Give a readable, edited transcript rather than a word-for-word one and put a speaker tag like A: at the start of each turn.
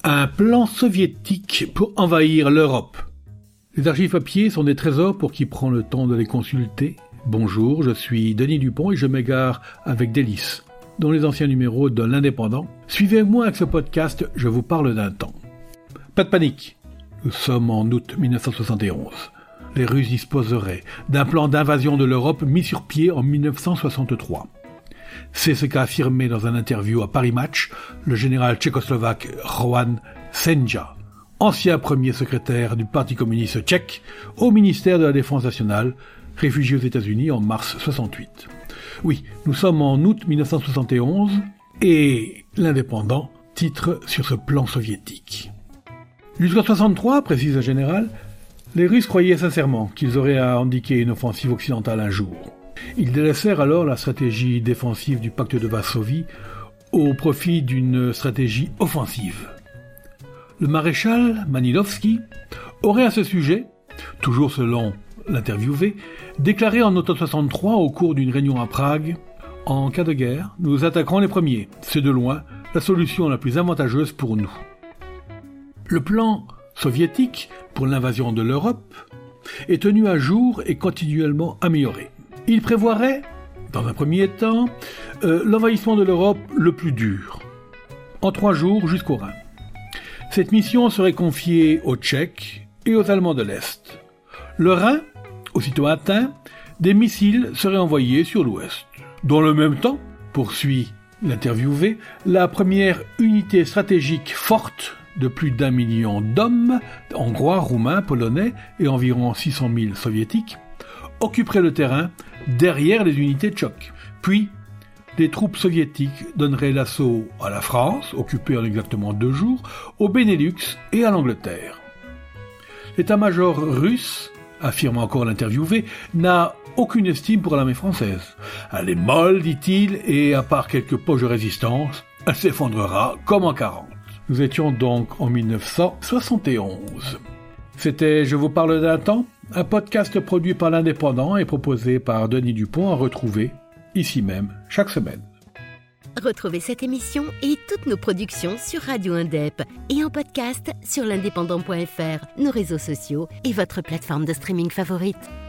A: Un plan soviétique pour envahir l'Europe. Les archives papier sont des trésors pour qui prend le temps de les consulter. Bonjour, je suis Denis Dupont et je m'égare avec délice dans les anciens numéros de l'Indépendant. Suivez-moi avec ce podcast, je vous parle d'un temps. Pas de panique, nous sommes en août 1971. Les Russes disposeraient d'un plan d'invasion de l'Europe mis sur pied en 1963. C'est ce qu'a affirmé dans un interview à Paris Match le général tchécoslovaque Roman Senja, ancien premier secrétaire du Parti communiste tchèque au ministère de la Défense nationale, réfugié aux États-Unis en mars 68. Oui, nous sommes en août 1971 et l'Indépendant titre sur ce plan soviétique. Jusqu'en 63, précise le général, les Russes croyaient sincèrement qu'ils auraient à endiguer une offensive occidentale un jour. Ils délaissèrent alors la stratégie défensive du pacte de Varsovie au profit d'une stratégie offensive. Le maréchal Manilovski aurait à ce sujet, toujours selon l'interviewé, déclaré en automne 63 au cours d'une réunion à Prague « En cas de guerre, nous attaquerons les premiers. C'est de loin la solution la plus avantageuse pour nous. » Le plan soviétique pour l'invasion de l'Europe est tenu à jour et continuellement amélioré. Il prévoirait, dans un premier temps, l'envahissement de l'Europe le plus dur, en 3 jours jusqu'au Rhin. Cette mission serait confiée aux Tchèques et aux Allemands de l'Est. Le Rhin, aussitôt atteint, des missiles seraient envoyés sur l'Ouest. Dans le même temps, poursuit l'interviewé, la première unité stratégique forte de plus d'1 million d'hommes, hongrois, roumains, polonais et environ 600 000 soviétiques, occuperait le terrain derrière les unités de choc. Puis, les troupes soviétiques donneraient l'assaut à la France, occupée en exactement 2 jours, au Benelux et à l'Angleterre. L'état-major russe, affirme encore l'interviewé, n'a aucune estime pour l'armée française. Elle est molle, dit-il, et à part quelques poches de résistance, elle s'effondrera comme en 40. Nous étions donc en 1971. C'était Je vous parle d'un temps, un podcast produit par l'Indépendant et proposé par Denis Dupont à retrouver ici même chaque semaine.
B: Retrouvez cette émission et toutes nos productions sur Radio Indep et en podcast sur l'indépendant.fr, nos réseaux sociaux et votre plateforme de streaming favorite.